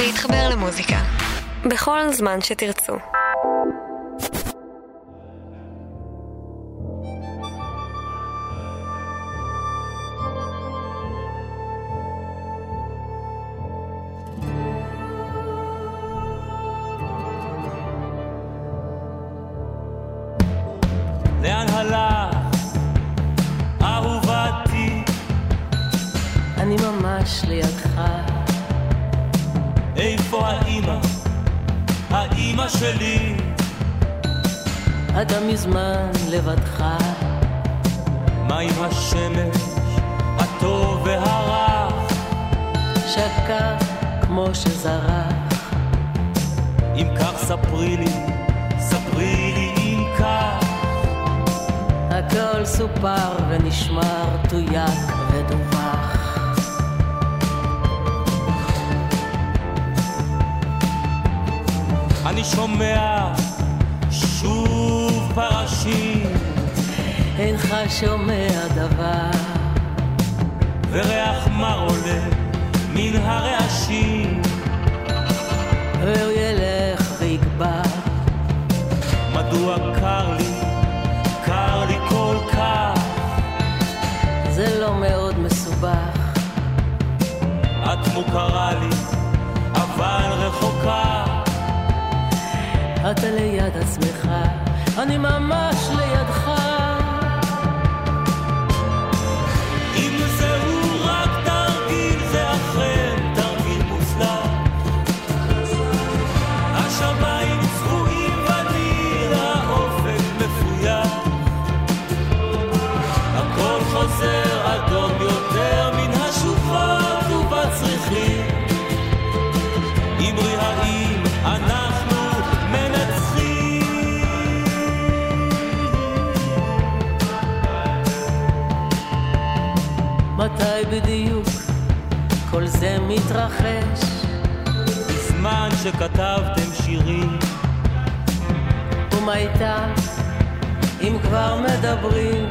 להתחבר למוזיקה בכל זמן שתרצו. לאן הלך אהובתי? אני ממש לידך. איפה האמא? האמא שלי? אתה מזמן לבדך. מה עם השמש הטוב והרך? שקע כמו שזרח. אם כך ספרי לי אם כך. הכל סופר ונשמר, תויק ודווח. אני שומע שוב פרשים, אינך שומע דבר, וריח מר עולה מן הרעשים, והוא ילך ויגבר. מדוע קר לי כל כך? זה לא מאוד מסובך. את מוכרה לי אבל רחוקה. אתה ליד עצמך, אני ממש לידך. אם זהו רק תרגיל, זה אכן תרגיל מוצלח. השמיים צבועים ואני האופק מפויח. הכל חוזר אדום יותר מן השוחות ובצריכים. אמרי האם אנחנו מנצחים? מתי בדיוק כל זה מתרחש? בזמן שכתבתם שירים. ומה איתה אם כבר מדברים?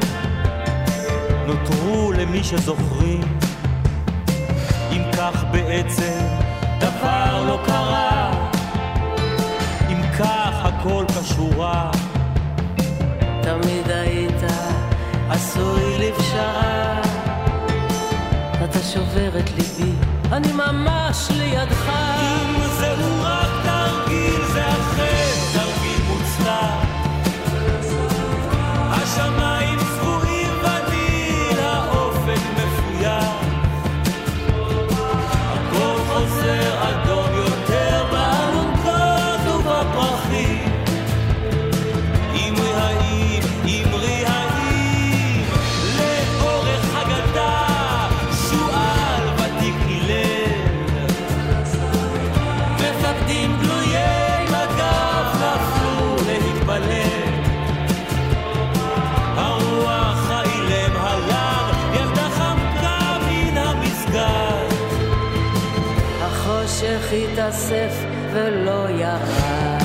נותרו למי שזוכרים. אם כך בעצם דבר לא קרה, אם כך הכל קשורה. תמיד היית עשוי לפשרה. אתה שובר את ליבי, אני ממש לידך. אם זהו רק תרגיל, זה אכן תרגיל מוצלח. השמיים צבועים ואני האופק מפויח. הכל חוזר אדום יותר באלונקות ובפרחים. אמרי האם לאורך הגדה שואל ותיק הילל. מפקדים גלויי מג"ב נפלו להתפלל. הרוח האילם הלם ילדה חמקה מן המסגד. החושך התאסף ולא ירד.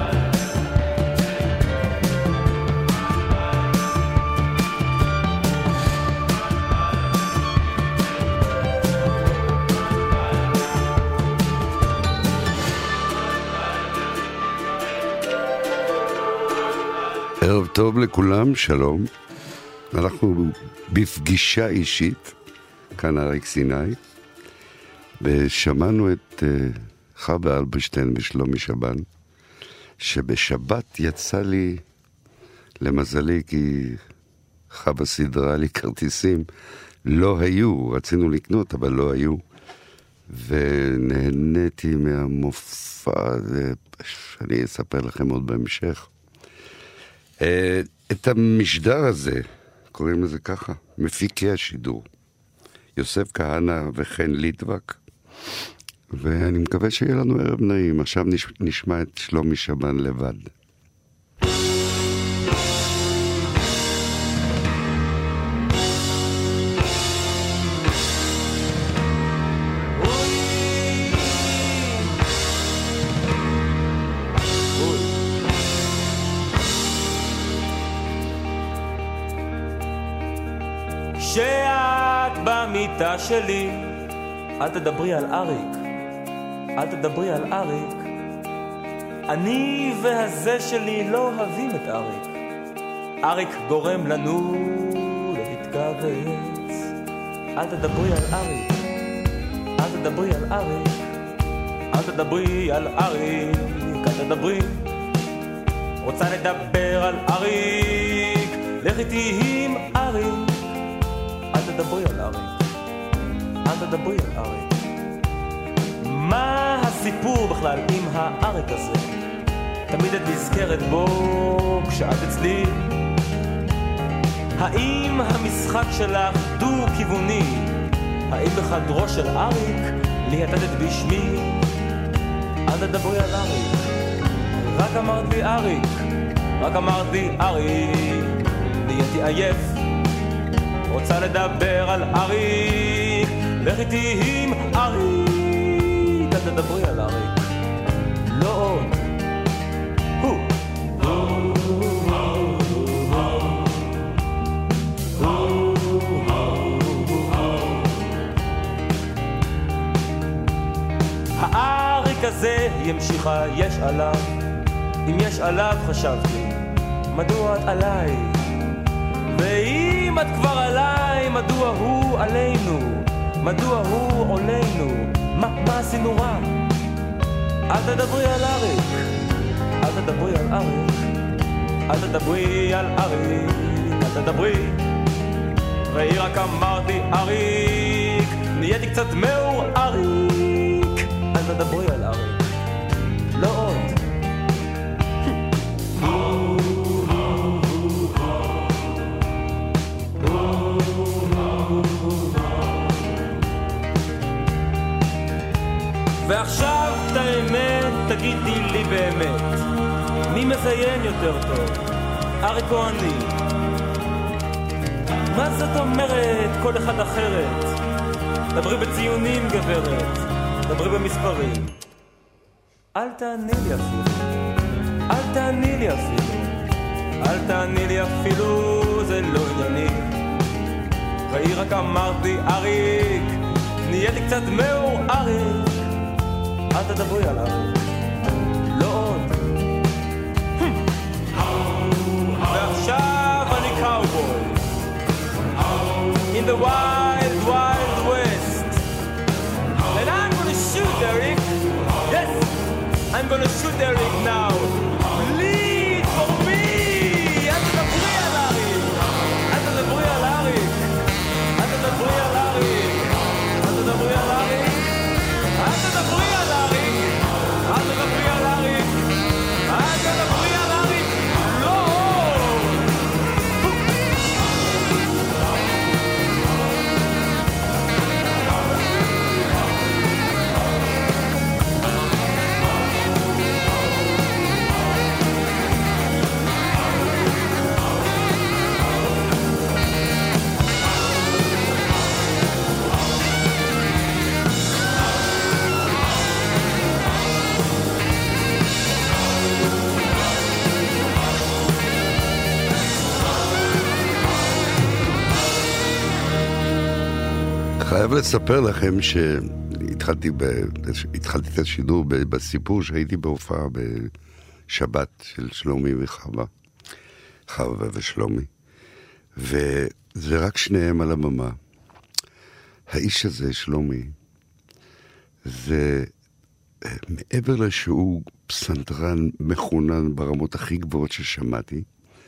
ערב טוב לכולם, שלום. אנחנו בפגישה אישית, כאן אריק סיני, ושמענו את חווה אלברשטיין ושלומי שבן, שבשבת יצא לי, למזלי, כי חווה סדרה לי כרטיסים, לא היו, רצינו לקנות, אבל לא היו, ונהניתי מהמופע, שאני אספר לכם עוד בהמשך. את המשדר הזה, קוראים לזה ככה, מפיקי השידור, יוסף כהנא וחן ליטבק, ואני מקווה שיהיה לנו ערב נעים. עכשיו נשמע את שלומי שבן לבד. כשאת במיטה שלי, אל תדברי על אריק, אל תדברי על אריק. אני והזה שלי לא אוהבים את אריק. אריק גורם לנו להתכווץ. אל תדברי על אריק. אל תדברי על אריק. אל תדברי על אריק. אל תדברי. רוצה לדבר על אריק. לך איתי עם אריק. אל תדברי על אריק. אל תדברי על אריק. מה הסיפור בכלל עם האריק הזה? תמיד את נזכרת בו כשאת אצלי. האם המשחק שלך דו-כיווני? האם בחדרו של אריק ליהטטת בשמי? אל תדברי על אריק. רק אמרת לי אריק. רק אמרת לי אריק. נהייתי עייף. רוצה לדבר על אריק. לך איתי עם אריק. אל תדברי על אריק. לא עוד. האריק הזה ימשיכה, יש עליו. אם יש עליו חשבתי, מדוע את עליי? ואם את כבר עליי, מדוע הוא עלינו? מדוע הוא עולנו? מה עשינו רע? אל תדברי על אריק. אל תדברי על אריק. אל תדברי על אריק. אל תדברי. ראי רק אמרתי אריק. נהייתי קצת מאור אריק. אל תדברי על אריק. לא עוד. ועכשיו את האמת תגידי לי באמת, מי מזיין יותר טוב, אריק או אני? מה זאת אומרת כל אחד אחרת? דברי בציונים גברת, דברי במספרים. אל תעני לי אפילו, אל תעני לי אפילו, אל תעני לי אפילו, זה לא ענייני. ראי רק אמרתי אריק, נהייתי קצת מאור אריק. אל תדברי עליו, לא עוד. ועכשיו אני קאובוי in the wild, wild west. And I'm gonna shoot Eric. Yes, I'm gonna shoot Eric now. Lead for me. אל תדברי על אריק. אל תדברי על אריק. אל תדברי על אריק. אל תדברי על אריק. אל תדברי על אריק. אל תדברי על אריק. אל תדברי על אריק. לא. חייב לספר לכם שהתחלתי את השידור בסיפור שהייתי בהופעה בשבת של שלומי וחווה, חווה ושלומי, וזה רק שניהם על הבמה. האיש הזה, שלומי, זה מעבר לשהוא פסנתרן מחונן ברמות הכי גבוהות ששמעתי,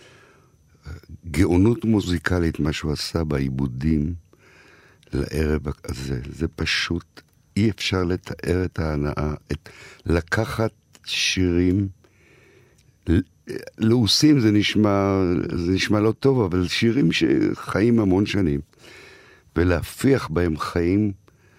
גאונות מוזיקלית, מה שהוא עשה בעיבודים לערב הזה, זה פשוט אי אפשר לתאר את ההנאה, לקחת שירים לעושים, זה נשמע לא טוב, אבל שירים שחיים המון שנים, ולהפיח בהם חיים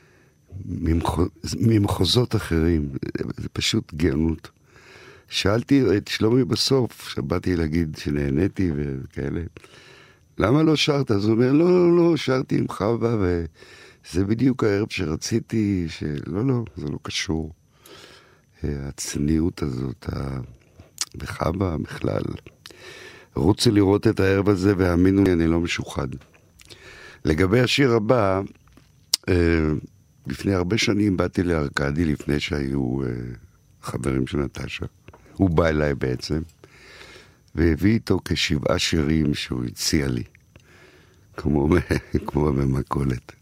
ממחוזות אחרים, זה פשוט גאונות. שאלתי את שלומי בסוף, שבאתי להגיד שנהניתי וכאלה, למה לא שרת? אז הוא אומר, לא, שרתי עם חווה, וזה בדיוק הערב שרציתי, לא, זה לא קשור. הצניעות הזאת, בחווה בכלל. רוצי לראות את הערב הזה, והאמינו לי, אני לא משוחד. לגבי השיר הבא, לפני הרבה שנים באתי לארקדי לפני שהיו חברים של נטשה. הוא בא אליי בעצם, והביא איתו כ7 שירים שהוא הציע לי, כמו במקולת.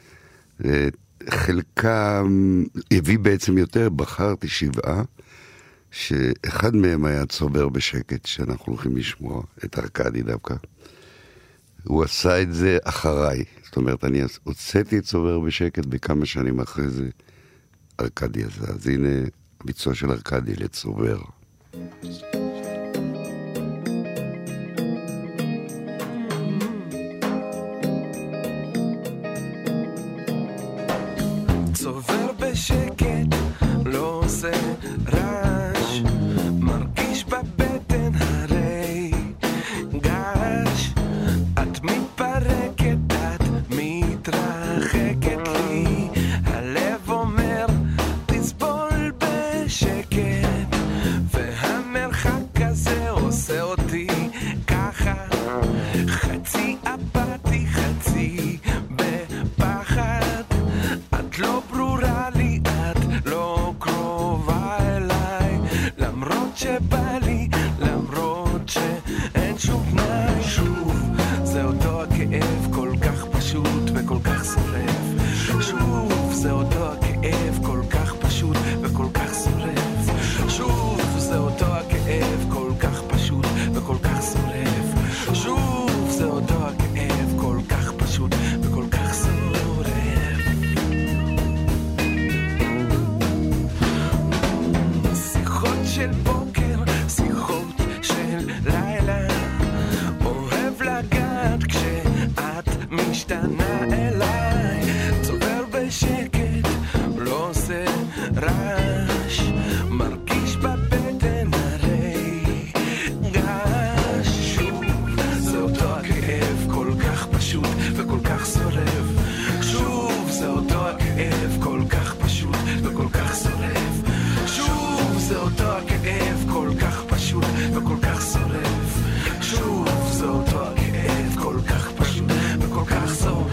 חלקם הביא בעצם יותר, בחרתי 7, שאחד מהם היה צובר בשקט, שאנחנו הולכים לשמוע את ארקדי דווקא. הוא עשה את זה אחריי, זאת אומרת, אני הוצאתי את צובר בשקט, וכמה שנים אחרי זה ארקדי עשה. אז הנה הביצוע של ארקדי לצובר. צובר בשקט, לא עושה רעש, מרגיש בבטן הרי גש, את מתפרקת, את מתרחקת לי, הלב אומר תסבול בשקט, והמרחק הזה עושה אותי ככה, חצי אפתי, חצי בפחד, את לא ברורה לי, את לא קרובה אליי, למרות שבא לי, למרות שאין שום תנאי. שוב, זה אותו הכאב כל כך פשוט וכל כך שורף. שוב, זה אותו הכאב כל כך פשוט וכל כך שורף. שוב, זה אותו הכאב כל כך פשוט וכל כך שורף. שוב, זה אותו הכאב כל כך פשוט וכל כך שורף. שיחות של בוקר, שיחות של לילה, אוהב לגעת כשאת משתנה אליי, צובר בשקט, לא עושה רעש, מרגיש בבטן הרי גש. שוב, זה אותו הכאב כל כך פשוט וכל כך שורף. שוב, זה אותו הכאב כל כך פשוט וכל כך שורף. שוב, זה אותו הכאב כל כך פשוט וכל כך שורף. שוב, זה אותו הכאב כל כך פשוט וכל כך שורף.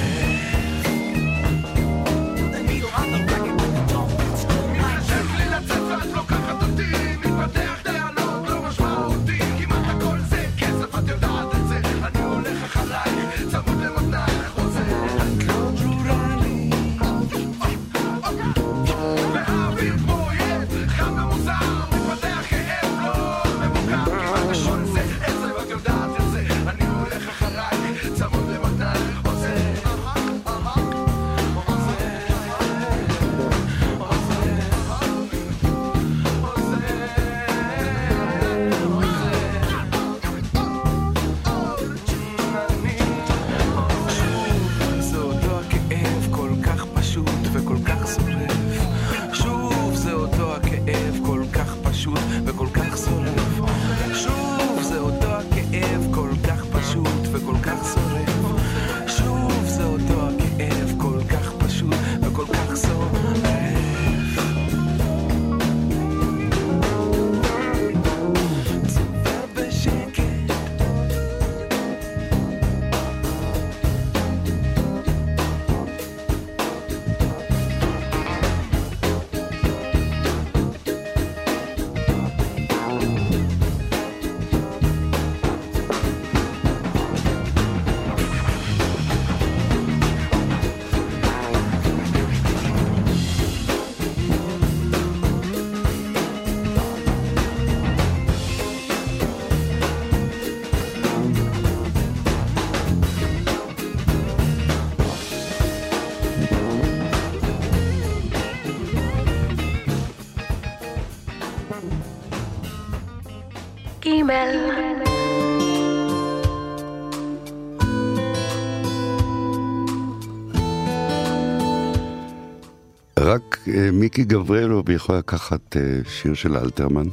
רק מיקי גבריאלוב יכול לקחת שיר של אלתרמן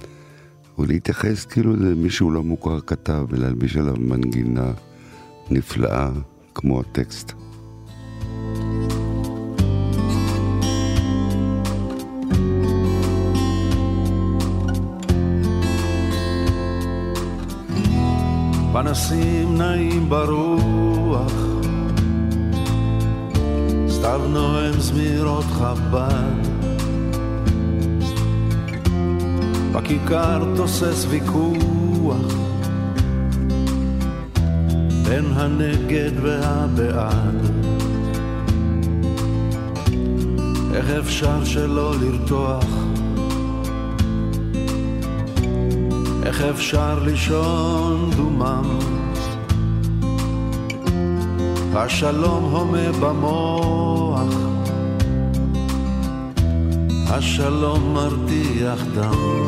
ולהתייחס כאילו זה מישהו לא מוכר כתב ולהלביש עליו מנגינה נפלאה כמו הטקסט. פנסים נעים ברוח, שר נואם זמירות חב"ד, בכיכר תוסס ויכוח בין הנגד והבעד. איך אפשר שלא לרתוח? איך אפשר לישון דומם? השלום הומה במוח, השלום מרתיח דם.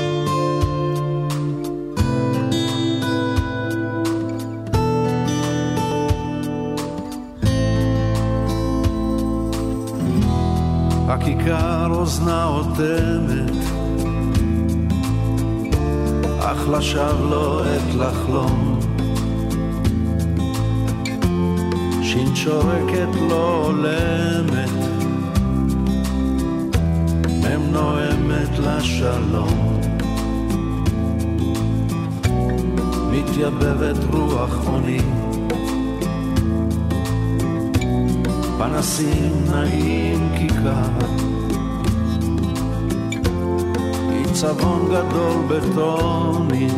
הכיכר אוזנה אוטמת, אך לשווא לא עת לחלום. שין שורקת לא עולמת, מם נואמת לשלום. מתייבבת רוח עוני, פנסים נעים כיכר, עיצבון גדול בטוני,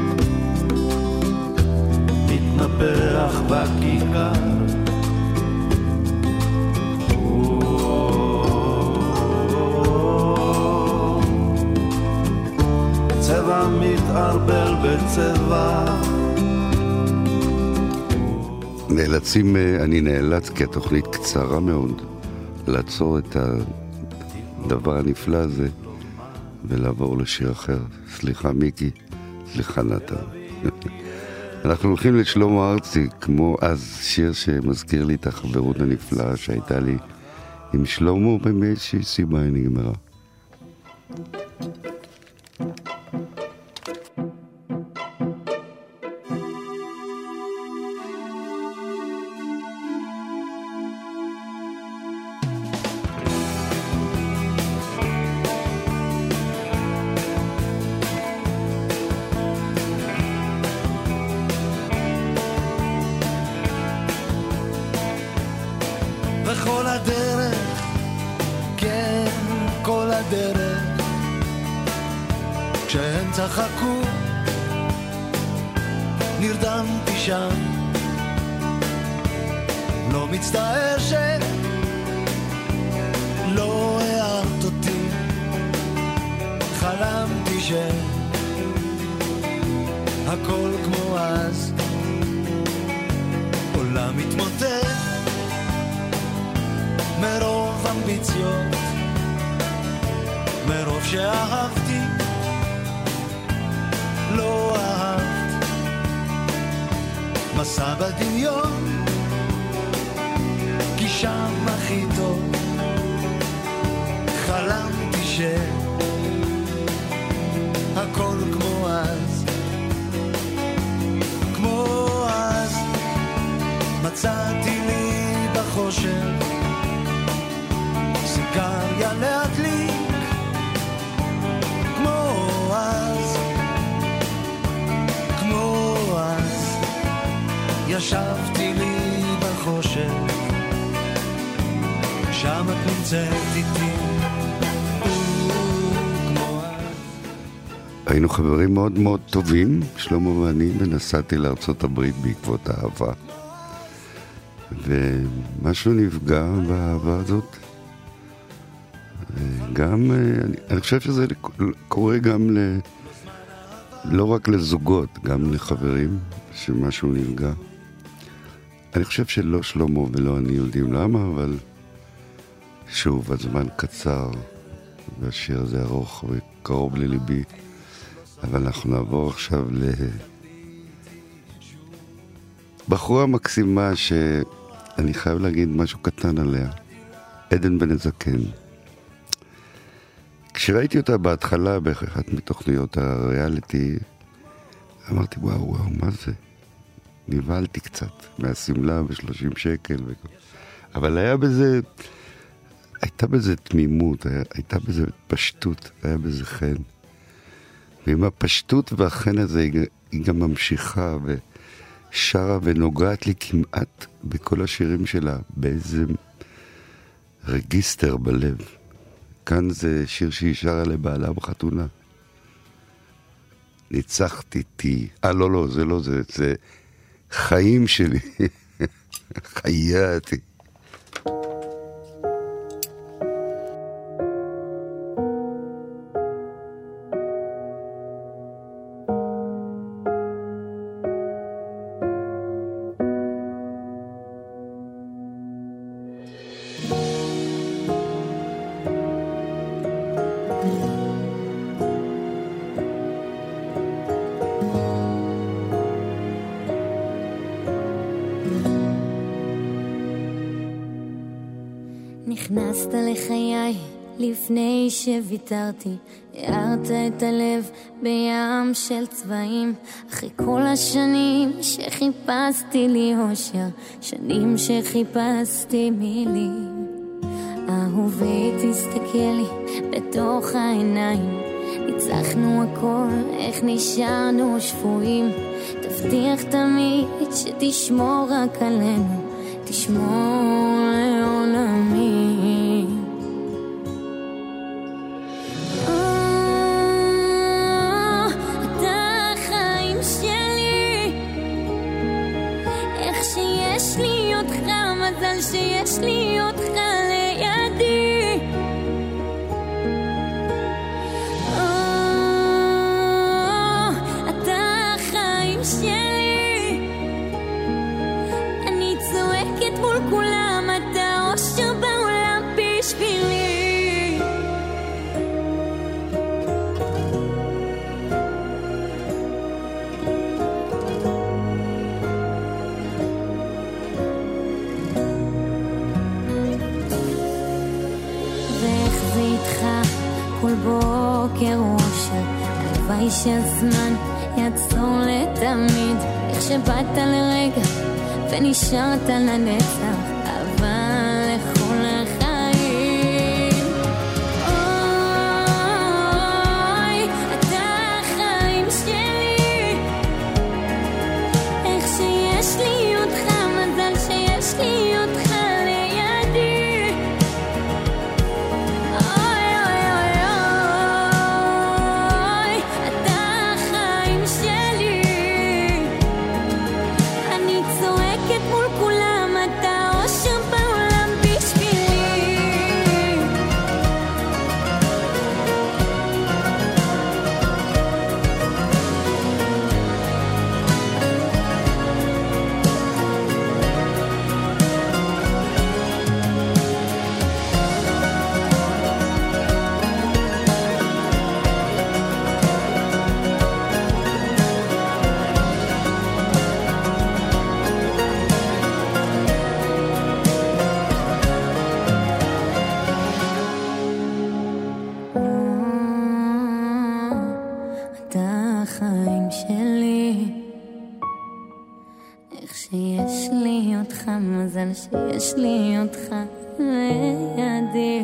מתנפח בכיכר. צבע מתערבל בצבע. אני נאלץ, כי התוכנית קצרה מאוד, לעצור את הדבר הנפלא הזה ולעבור לשיר אחר. סליחה מיקי, סליחה נתן. אנחנו הולכים לשלמה ארצי, כמו אז, שיר שמזכיר לי את החברות הנפלאה שהייתה לי עם שלמה, באיזושהי סיבה היא נגמרה. וכל הדרך, כן, כל הדרך, כשהם צחקו, נרדמתי שם. לא מצטער שלא הערת אותי, חלמתי שהכל כמו אז, עולם מתמוטט מרוב אמביציות, מרוב שאהבתי לא אהבת. מסע בדמיון, כי שם הכי טוב, חלמתי שהכל כמו אז, כמו אז. מצאתי לי בחושך סיגריה להדליק, כמו אז, כמו אז. ישבתי לי בחושך, שם את נמצאת איתי, כמו אז. היינו חברים מאוד מאוד טובים, שלמה ואני, ונסעתי לארצות הברית בעקבות האהבה, ומשהו נפגע באהבה הזאת. גם, אני חושב שזה קורה גם לא רק לזוגות, גם לחברים, שמשהו נפגע. אני חושב שלא שלמה ולא אני יודעים למה, אבל שוב, הזמן קצר, והשיר הזה ארוך וקרוב לליבי. אבל אנחנו נעבור עכשיו בחורה מקסימה שאני חייב להגיד משהו קטן עליה, עדן בן הזקן. כשראיתי אותה בהתחלה באחת מתוכניות הריאליטי, אמרתי וואו, מה זה? נבהלתי קצת מהסמלה ב-30 שקל. אבל הייתה בזה תמימות, הייתה בזה פשטות, היה בזה חן. ועם הפשטות והחן הזה היא גם ממשיכה ושרה ונוגעת לי כמעט בכל השירים שלה, באיזה רגיסטר בלב. כאן זה שיר שהיא שרה לבעלה בחתונה. ניצחתי תי. לא, זה לא זה. זה חיים שלי. חייתי. נכנסת לחיי לפני שוויתרתי, הערת את הלב בים של צבעים, אחרי כל השנים שחיפשתי לי אושר, שנים שחיפשתי מילים. אהובי תסתכל לי בתוך העיניים, ניצחנו הכל, איך נשארנו שפויים, תבטיח תמיד שתשמור רק עלינו, תשמור לעולמי. אתה החיים שלי, איך שיש לי אותך, מזל שיש לי אותך לידי. אתה החיים שלי, אני צועקת מול כולם, אתה אושר בעולם בשבילי. ואיך זה איתך כל בוקר אושר, הלוואי שהזמן יעצור לתמיד, איך שבאת לרגע ונשארת לנצח, אבל לכל החיים. אוי, אתה החיים שלי, איך שיש לי אותך, מזל שיש לי אותך לידי. אוי, אוי, אוי, אוי, אתה החיים שלי, אני צועקת מול כולם, אתה אושר בעולם בשבילי. אתה החיים שלי, איך שיש לי אותך, מזל שיש לי אותך לידי.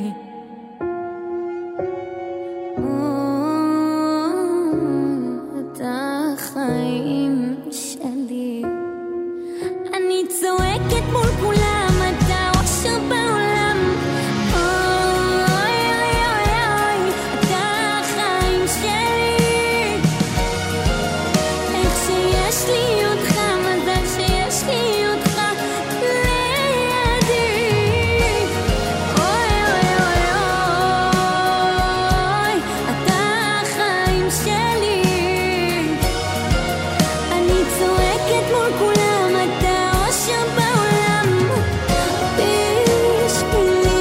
אתה החיים שלי, אני צועקת מול כולם, אתה אושר בעולם. אוי, אוי, אוי, אוי, אתה החיים שלי, איך שיש לי אותך, מזל שיש לי אותך לידי. אוי, אוי, אוי, אוי, אתה החיים שלי, אני צועקת מול כולם, אתה אושר בעולם בשבילי.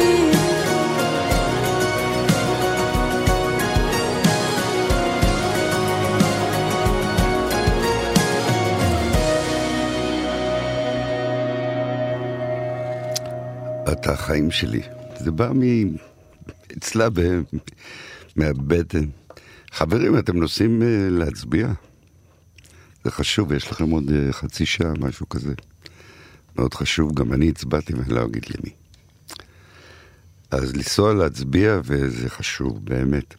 אתה החיים שלי. זה בא אצלה מהבטן. חברים, אתם נוסעים להצביע? זה חשוב, יש לכם עוד חצי שעה, משהו כזה. מאוד חשוב, גם אני הצבעתי ואני לא אגיד למי. אז לנסוע להצביע, וזה חשוב, באמת.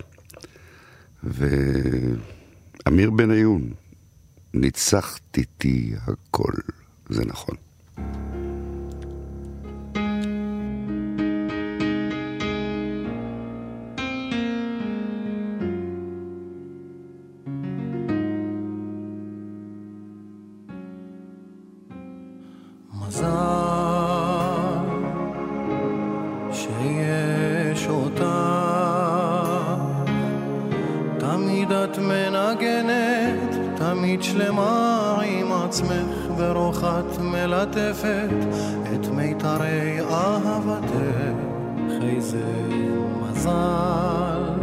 ואמיר בניון, ניצחתי תי הכל. זה נכון. שיש אותך, תמיד את מנגנת, תמיד שלמה עם עצמך, ברוך את מלטפת את מיתרי אהבתך, איזה מזל.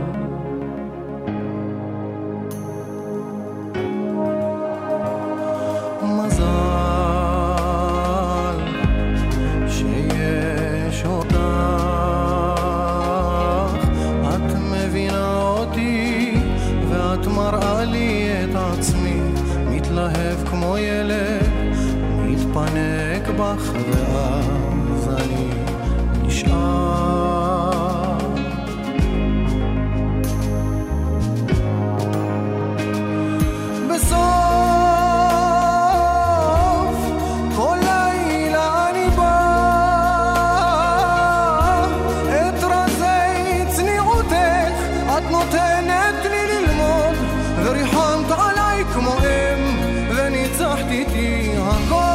כמו ילד מתפנק בך ואז אני נשאר. בסוף כל לילה אני בא את רזי צניעותך את נותנת לי ללמוד וריחמת עליי כמו וניצחת איתי הכל.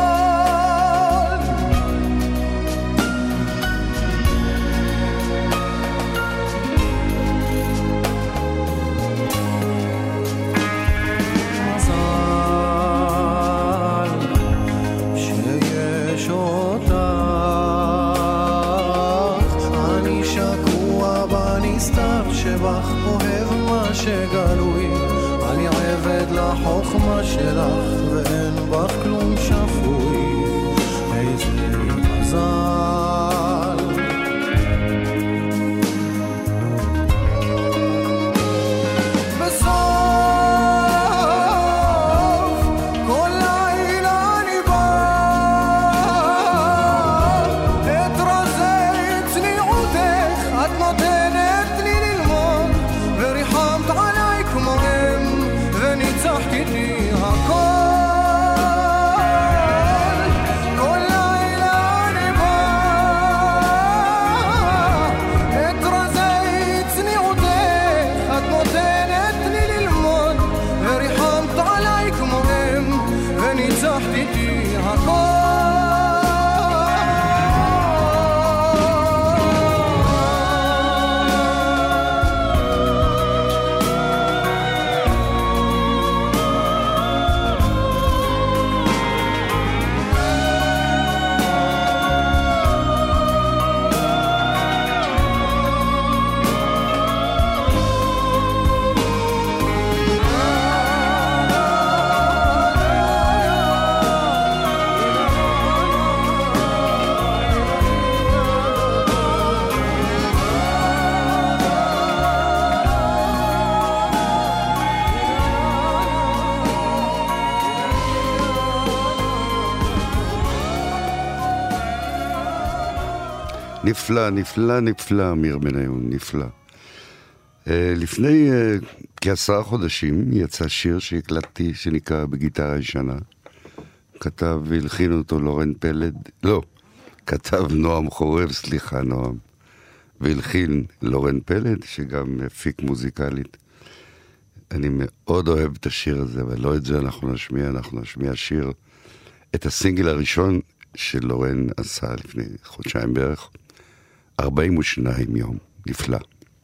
מזל שיש אותך, אני שקוע בנסתר שבך, אוהב מה שגלוי, אני עבד לחוכמה שלך ואין בך כלום שפוי, איזה מזל. בסוף כל לילה אני בא את רזי צניעותך את נותנת לי ללמוד וריחמת עליי כמו וניצחת איתי הכל. כל לילה אני בא את רזי צניעותך את נותנת לי ללמוד וריחמת עליי כמו וניצחת איתי הכל. נפלא, נפלא, נפלא, אמיר בניון, נפלא. לפני כ10 חודשים יצא שיר שהקלטתי שנקרא בגיטרה ישנה. כתב והלחין אותו לורן פלד, לא, כתב נועם חורב, סליחה נועם, והלחין לורן פלד שגם הפיק מוזיקלית. אני מאוד אוהב את השיר הזה, אבל לא את זה אנחנו נשמיע שיר, את הסינגל הראשון של לורן עשה לפני חודשיים בערך, 42 יום, נפלא.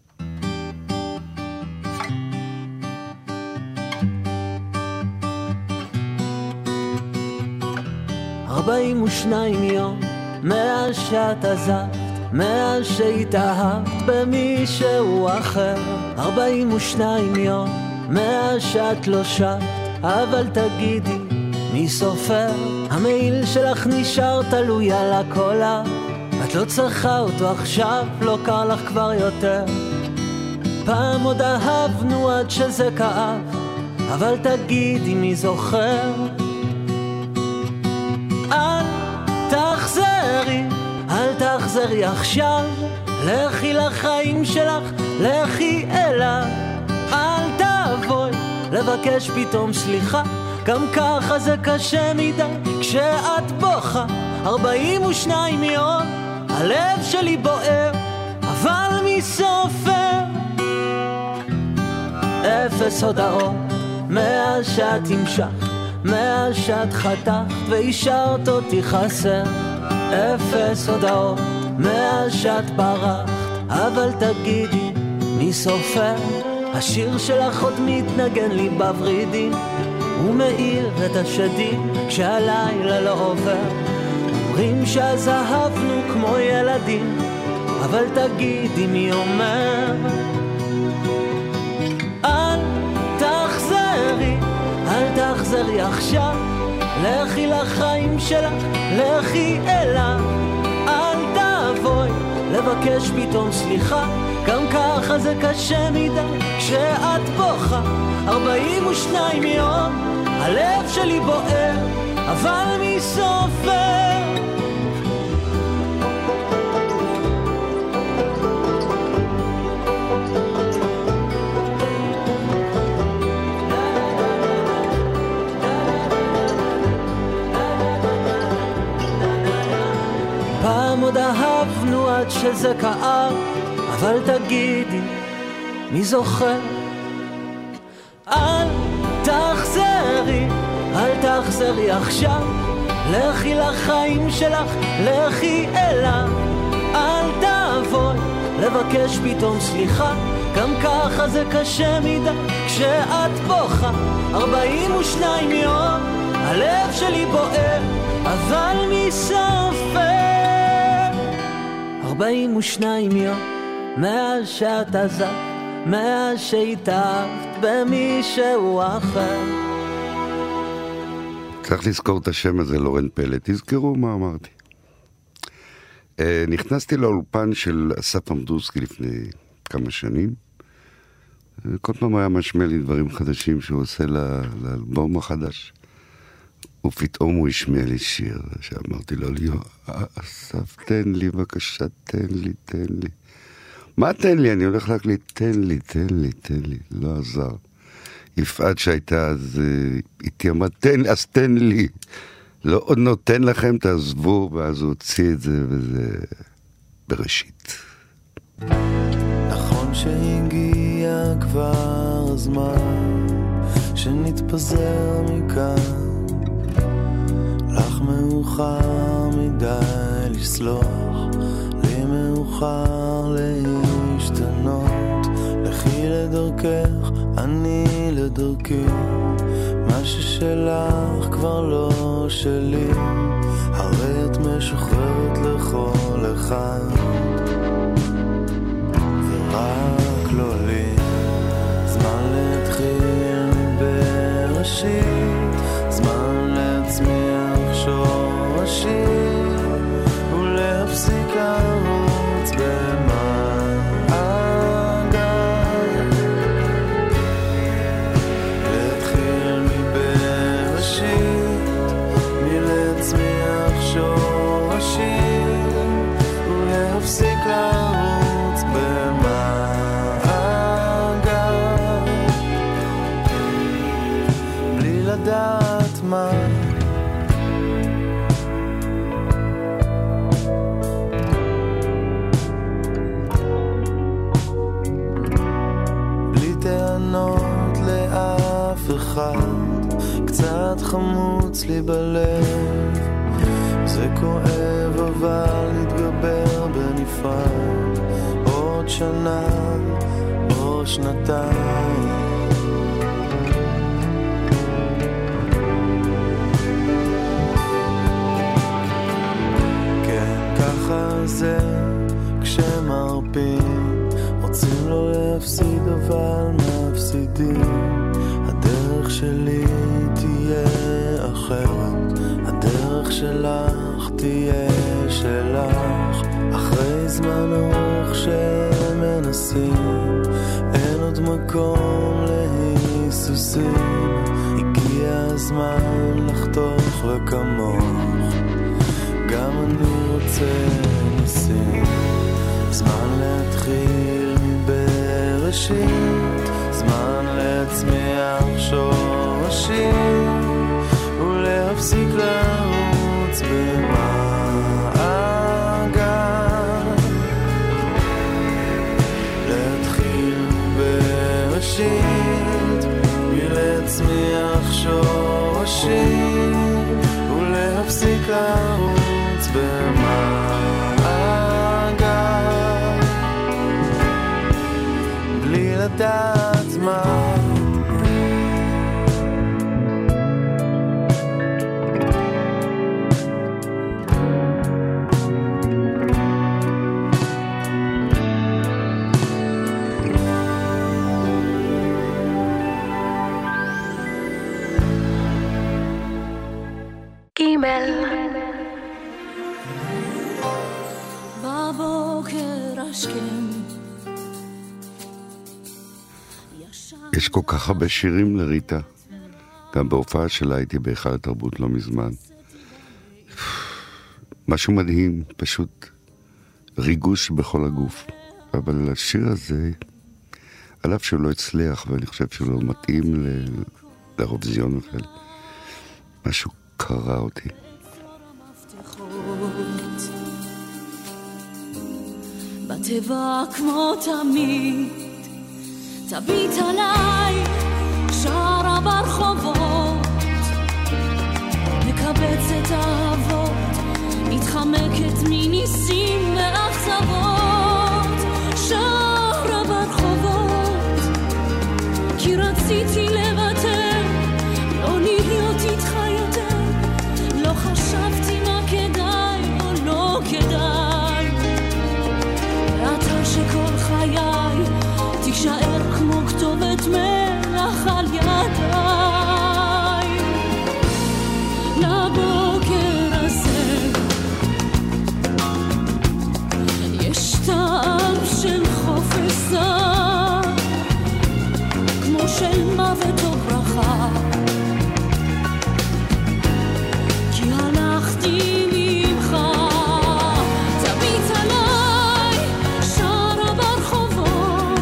42 יום מאז שאת עזבת, מאז שהתאהבת במישהו אחר. 42 יום מאז שאת לא שבת, אבל תגידי מי סופר? המעיל שלך נשאר תלוי על הקולה, את לא צריכה אותו עכשיו, לא קר לך כבר יותר. פעם עוד אהבנו עד שזה כאב, אבל תגידי מי זוכר? אל תחזרי עכשיו, לכי לחיים שלך, לכי אליו. אל תבואי לבקש פתאום סליחה, גם ככה זה קשה מדי כשאת בוכה. 42 יום הלב שלי בוער, אבל מי סופר? 0 הודעות מאז שאת המשכת, מאז שאת חתכת והשארת אותי חסר. 0 הודעות מאז שאת ברחת, אבל תגידי, מי סופר? השיר שלך עוד מתנגן לי בוורידים, הוא מאיר את השדים כשהלילה לא עובר. אומרים שזהבנו כמו ילדים, אבל תגידי מי אומר? אל תחזרי, אל תחזרי עכשיו, לכי לחיים שלך, לכי אליו. אל תבואי לבקש פתאום סליחה, גם ככה זה קשה מדי כשאת בוכה. 42 יום הלב שלי בוער, אבל מי סופר? פעם עוד אהבנו עד שזה כאב, אבל תגידי, מי זוכר? אל תחזרי, אל תחזרי עכשיו, לכי לחיים שלך, לכי אליו. אל תבואי לבקש פתאום סליחה, גם ככה זה קשה מדי כשאת בוכה. 42 יום הלב שלי בוער, אבל מי סופר? 42 יום מאז שאת עזבת, מאז שהתאהבת במישהו אחר. צריך לזכור את השם הזה, לורן פלט, תזכרו מה אמרתי. נכנסתי לאולפן של אסף עמדורסקי לפני כמה שנים, כל פעם היה משמע לי דברים חדשים שהוא עושה לאלבום החדש, ופתאום הוא השמיע לי שיר שאמרתי לו, אסף, תן לי בבקשה, תן לי. מה תן לי? אני הולך להקליט, תן לי. לא עזר. יפעת שהייתה אז איתי אמרה, תן לי. לא עוד נותן לכם, תעזבו, ואז הוא הוציא את זה, וזה בראשית. נכון שהגיע כבר הזמן שנתפזר מכאן, לך מאוחר מדי לסלוח, לי מאוחר להשתנות. לכי לדרכך, אני לדרכי, מה ששלך כבר לא שלי, הרי את משוחררת לכל אחד, ורק לא לי. זמן להתחיל בראשית, זמן להצמיח שורשים, ולהפסיק לרוץ במעגל. להתחיל מבראשית, מלהצמיח שורשים, ולהפסיק לרוץ במעגל, בלי לדעת מה. לאף אחד, קצת חמוץ לי בלב, זה כואב אבל נתגבר בנפרד, עוד שנה או שנתיים. כן, ככה זה כשמרפים, רוצים לא להפסיד אבל מפסידים. הדרך שלי תהיה אחרת, הדרך שלך תהיה שלך. אחרי זמן ארוך שמנסים, אין עוד מקום להיסוסים. הגיע הזמן לחתוך וכמוך, גם אני רוצה ניסים. זמן להתחיל מבראשית, זמן להצמיח שורשים, ולהפסיק לרוץ במעגל. להתחיל בראשית, ולהצמיח שורשים, ולהפסיק לרוץ במעגל. יודעת מה יש כל כך הרבה שירים לריטה. גם בהופעה שלה הייתי בהיכל התרבות לא מזמן. משהו מדהים, פשוט ריגוש בכל הגוף. אבל השיר הזה, על אף שהוא לא הצליח, ואני חושב שהוא לא מתאים לאירוויזיון, אבל משהו קרא אותי. בטבע כמו תמיד תביט עליי שרה ברחובות מקבצת אהבות מתחמקת מניסים ואכזבות שרה ברחובות כי רציתי לוותר לא להיות איתך יותר לא חשבתי מה כדאי או לא כדאי ואתה שכל חיי תישאר כמו כתובת מלח על ידיי לבוקר הזה יש טעם של חופש זר כמו של מוות או ברכה כי הלכתי ממך תביט עליי שרה ברחובות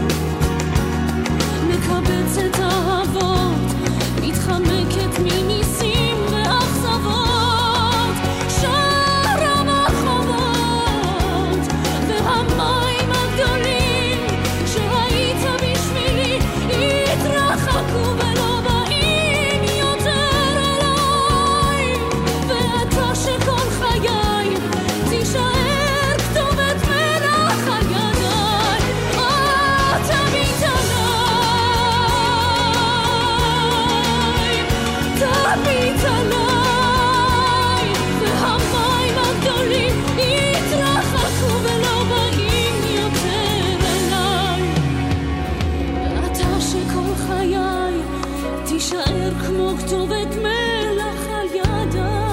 מקבצת אהבות מתחמקת מניסים ואכזבות שרה ברחובות והמים הגדולים שהיית בשבילי התרחקו ולא באים יותר אליי ואתה שכל חיי תישאר כתובת מלח על ידיי תביט עליי תביט עליי והמים הגדולים התרחקו ולא באים יותר אליי ואתה שכל חיי תישאר כמו כתובת מלח על ידיי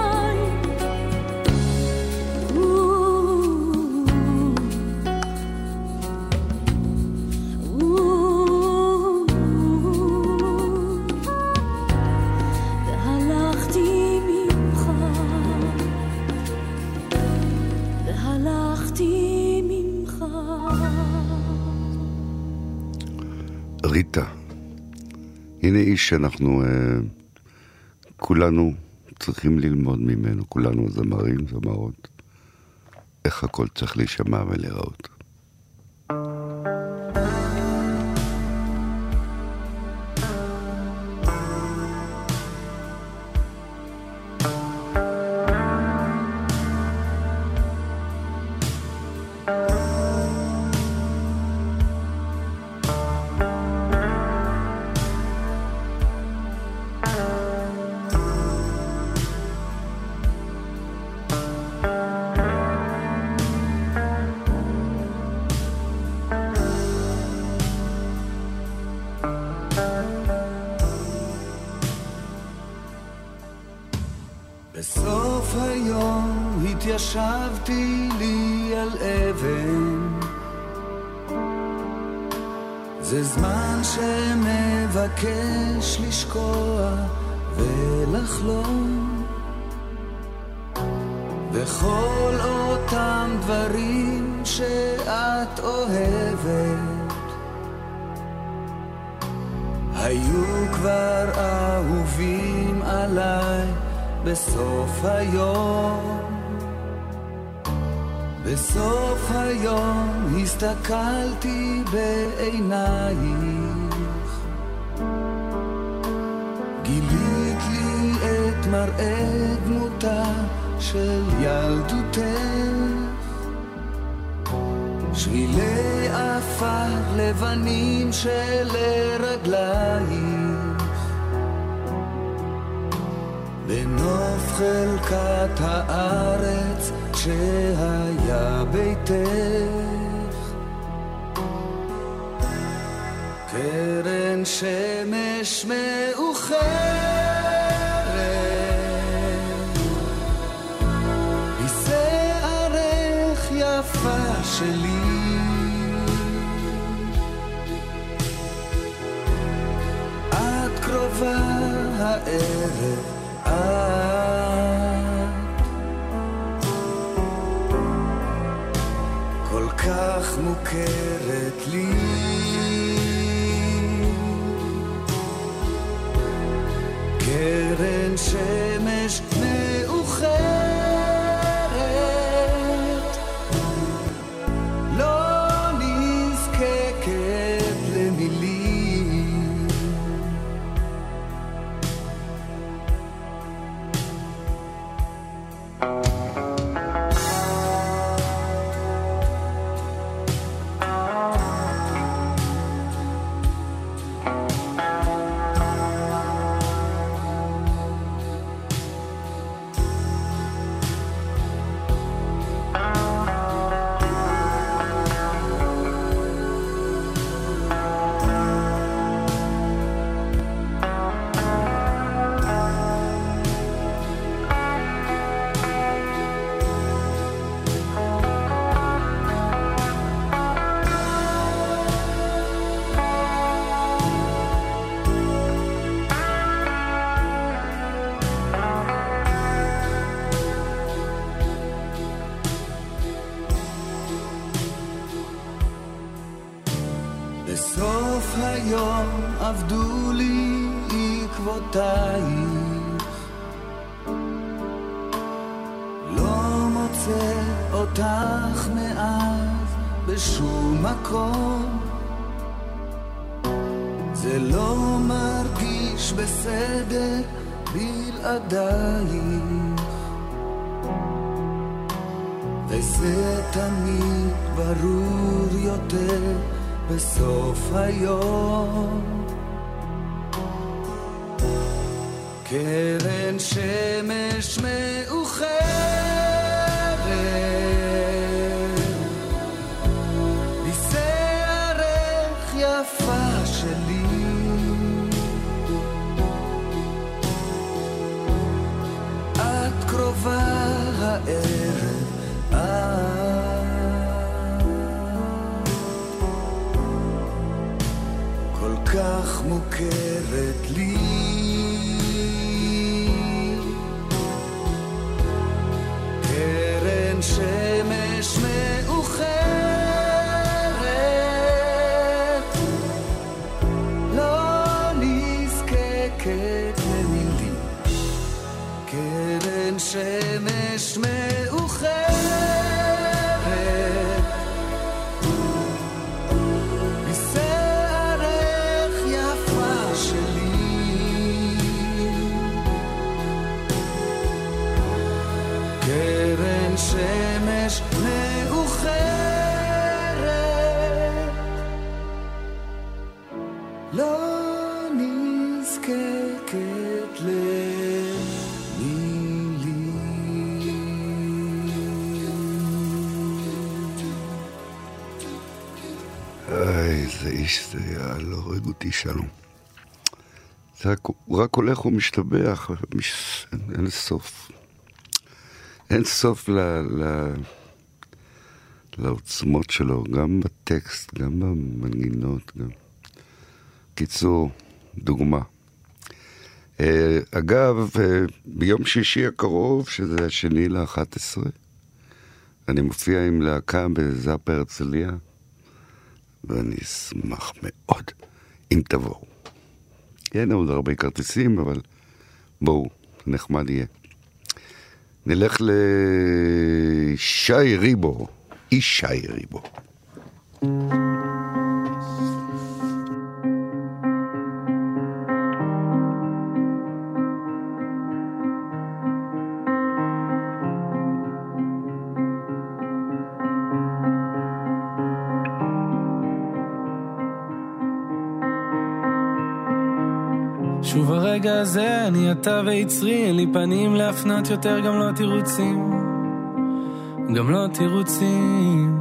והלכתי ממך והלכתי ממך ריטה. הנה איש שאנחנו כולנו צריכים ללמוד ממנו, כולנו זמרים, זמרות, איך הכל צריך להישמע ולראות. בסוף היום התיישבתי לי על אבן זה זמן שמבקש לשקוע ולחלום וכל אותם דברים שאת אוהבת היו כבר אהובים עליי בסוף היום בסוף היום הסתכלתי בעינייך גילית לי את מראה דמותה של ילדותך שבילי עפר לבנים שלרגלייך, בנוף חלקת הארץ שהיה ביתך, קרן שמש מאוחרת, היא שערך יפה שלי, את קרובה הערב, כל כך מוכרת לי, קרן שמש מאוחרת, לא נזקקת למילים, בסוף היום עבדו לי עקבותייך, לא מוצא אותך מאז בשום מקום, זה לא מרגיש בסדר בלעדייך, וזה תמיד ברור יותר בסוף היום, קרן שמש מאוחרת, היא שערך יפה שלי, את קרובה הערב, כל כך מוכרת לי, קרן שמש מאוחרת, לא נזקקת למילים, קרן שמש מאוחרת, קרן שמש מאוחרת, לא נזקקת איזה איש זה היה, לא הורג אותי שלום. זה רק הולך ומשתבח, אין סוף. אין סוף לעוצמות שלו, גם בטקסט, גם במנגינות, גם. קיצור, דוגמה. אגב, ביום שישי הקרוב, שזה 2/11, אני מופיע עם להקה בזאפה הרצליה, ואני אשמח מאוד אם תבואו. אין עוד הרבה כרטיסים, אבל בואו, נחמד יהיה. נלך לשי ריבו, אישי ריבו. שוב הרגע הזה, אני אתה ויצרי, אין לי פנים להפנות יותר, גם לא תירוצים, גם לא תירוצים.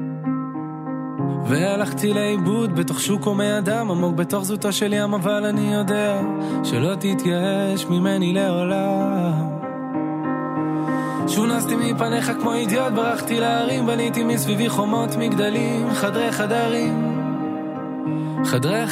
והלכתי לאיבוד בתוך שוק הומי אדם, עמוק בתוך זאתו של ים, אבל אני יודע שלא תתייאש ממני לעולם. שוב נסתי מפניך כמו אידיוט, ברחתי להרים, בניתי מסביבי חומות מגדלים, חדרי חדרים, חדרי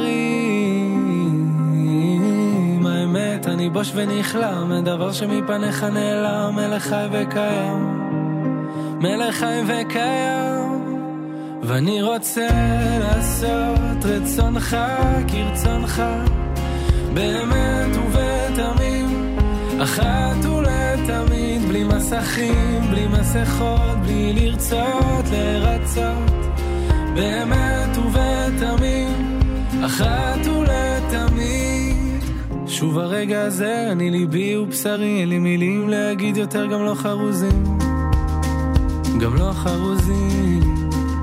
חדרים. האמת אני בוש ונכלם, מדבר שמפניך נעלם, מלך חי וקיים, מלך חי וקיים. ואני רוצה לעשות רצונך כרצונך, באמת ובתמים, אחת ולתמיד, בלי מסכים, בלי מסכות, בלי לרצות לרצות, באמת ובתמים, אחת ולתמיד. שוב הרגע הזה, אני ליבי ובשרי, אין לי מילים להגיד יותר, גם לא חרוזים, גם לא חרוזים.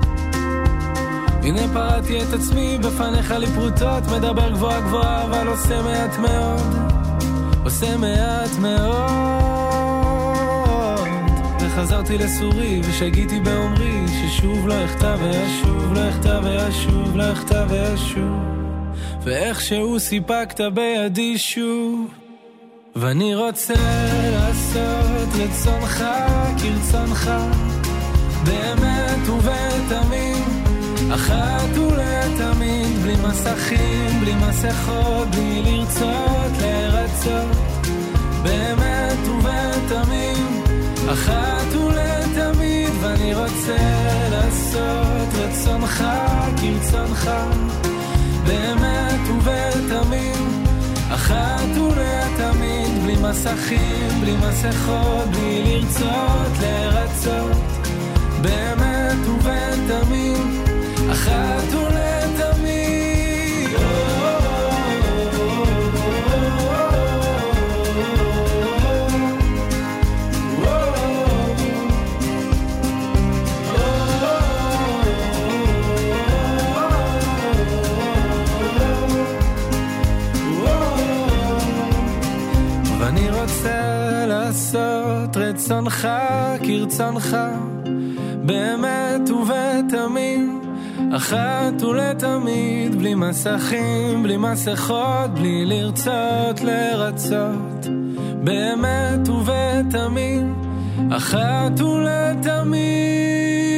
הנה פרעתי את עצמי בפניך לי פרוטות, מדבר גבוהה גבוהה אבל עושה מעט מאוד, עושה מעט מאוד. וחזרתי לסורי ושגיתי באומרי ששוב לא אכתב וישוב, לא אכתב וישוב, לא אכתב וישוב, ואיכשהו סיפקת בידי שוב. ואני רוצה לעשות רצונך כרצונך, באמת ובתמים, אחת ולתמיד, בלי מסכים, בלי מסכות, בלי לרצות לרצות, באמת ובתמים, אחת ולתמיד. ואני רוצה לעשות רצונך כרצונך, באמת ובתמים, אחת ולתמיד, בלי מסכים, בלי מסכות, בלי לרצות לרצות, באמת ובתמים, אחת ולתמיד. ואני רוצה לעשות רצונך כרצונך, באמת ובתמים, אחת ולתמיד, בלי מסכים, בלי מסכות, בלי לרצות לרצות, באמת ובתמים, אחת ולתמיד.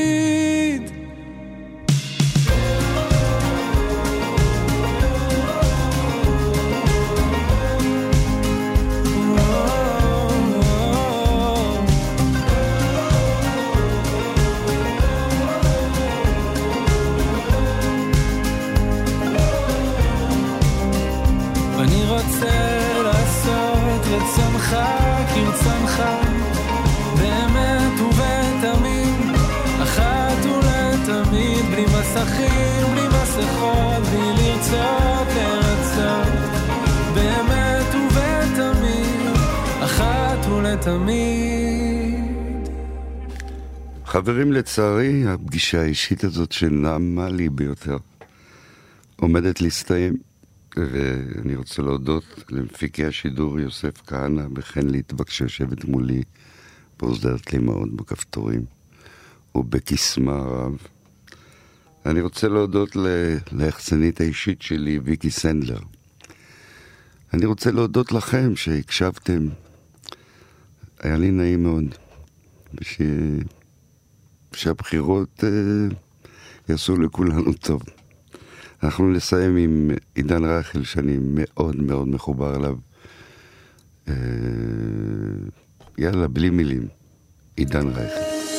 רצונך כרצונך, באמת ובתמים, אחת ולתמיד, בלי מסכים, בלי מסכות, בלי לרצות לרצות, באמת ובתמים, אחת ולתמיד. חברים, לצערי, הפגישה האישית הזאת שנעמה לי ביותר עומדת להסתיים. ואני רוצה להודות למפיקי השידור יוסף כהנא וכן להתבקש שיושבת מולי פרוזדרת לי מאוד בכפתורים ובקסמה רב. אני רוצה להודות ליחצנית האישית שלי ויקי סנדלר. אני רוצה להודות לכם שהקשבתם, היה לי נעים מאוד, שהבחירות יעשו לכולנו טוב. אנחנו נסיים עם עידן רייכל שאני מאוד מאוד מחובר אליו. יאללה, בלי מילים, עידן רייכל.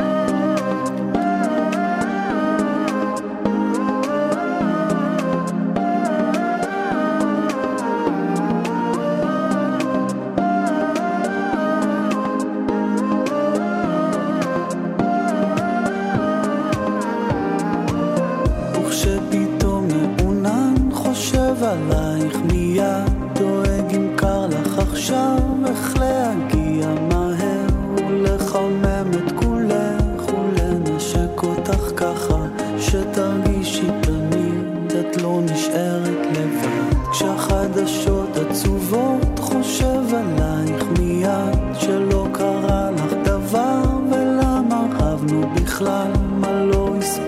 עלייך מיד דואג אם קר לך עכשיו איך להגיע מהר ולחמם את כולך ולנשק אותך ככה שתרגישי תמיד את לא נשארת לבד כשהחדשות את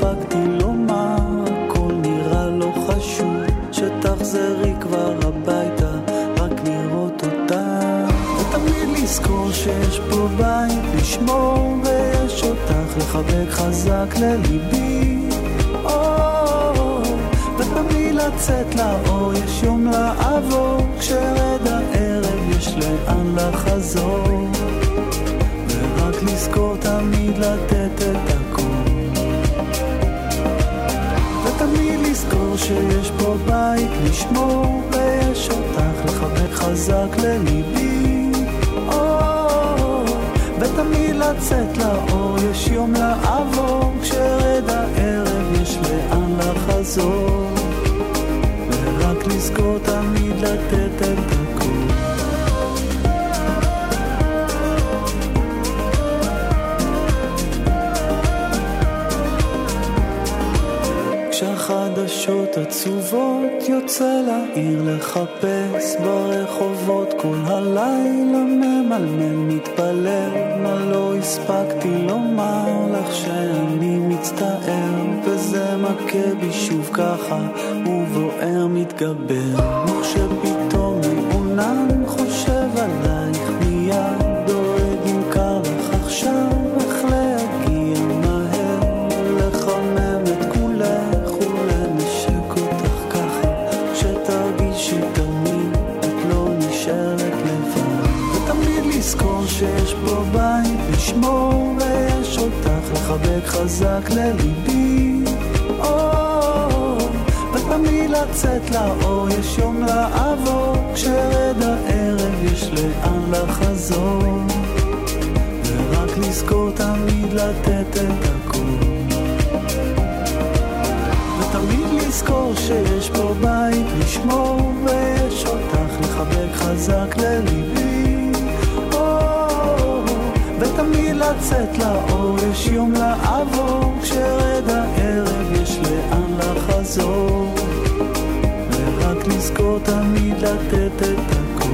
הספקתי לומר, הכל נראה לא חשוב, שתחזרי כבר הביתה, רק לראות אותה. ותמיד לזכור שיש פה בית לשמור, ויש אותך לחבק חזק לליבי. ותמיד לצאת לאור, יש יום לעבור, כשרד הערב יש לאן לחזור. ורק לזכור תמיד לתת את הכל, ותמיד לזכור שיש פה בית לשמור, ויש אותך לחבק חזק לליבי. ותמיד לצאת לאור, יש יום לעבור, כשרד הערב יש לאן לחזור. ורק לזכור תמיד לתת את הכל. כשהחדשות עצובות יוצא לעיר לחפש ברחובות, כל הלילה ממלמל מתפלל, מה לא הספקתי לומר לך שאני מצטער, וזה מכה בי שוב ככה ובוער מתגבר. וכשפתאום מעונן חושב עלייך מיד, דואג אם קר לך עכשיו איך להגיע מהר, לחמם את כולך ולנשק אותך ככה, שתרגישי תמיד את לא נשארת לבד. ותמיד לזכור שיש פה בית לשמור, ויש אותך לחבק חזק לליבי. ותמיד לצאת לאור, יש יום לעבור, כשרד הערב יש לאן לחזור. ורק לזכור תמיד לתת את הכל, ותמיד לזכור שיש פה בית לשמור, ויש אותך לחבק חזק לליבי. ותמיד לצאת לאור, יש יום לעבור, כשרד הערב יש לאן לחזור. ורק לזכור תמיד לתת את הכל.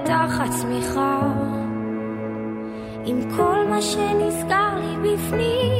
עם כל מה שנסגר לי בפנים,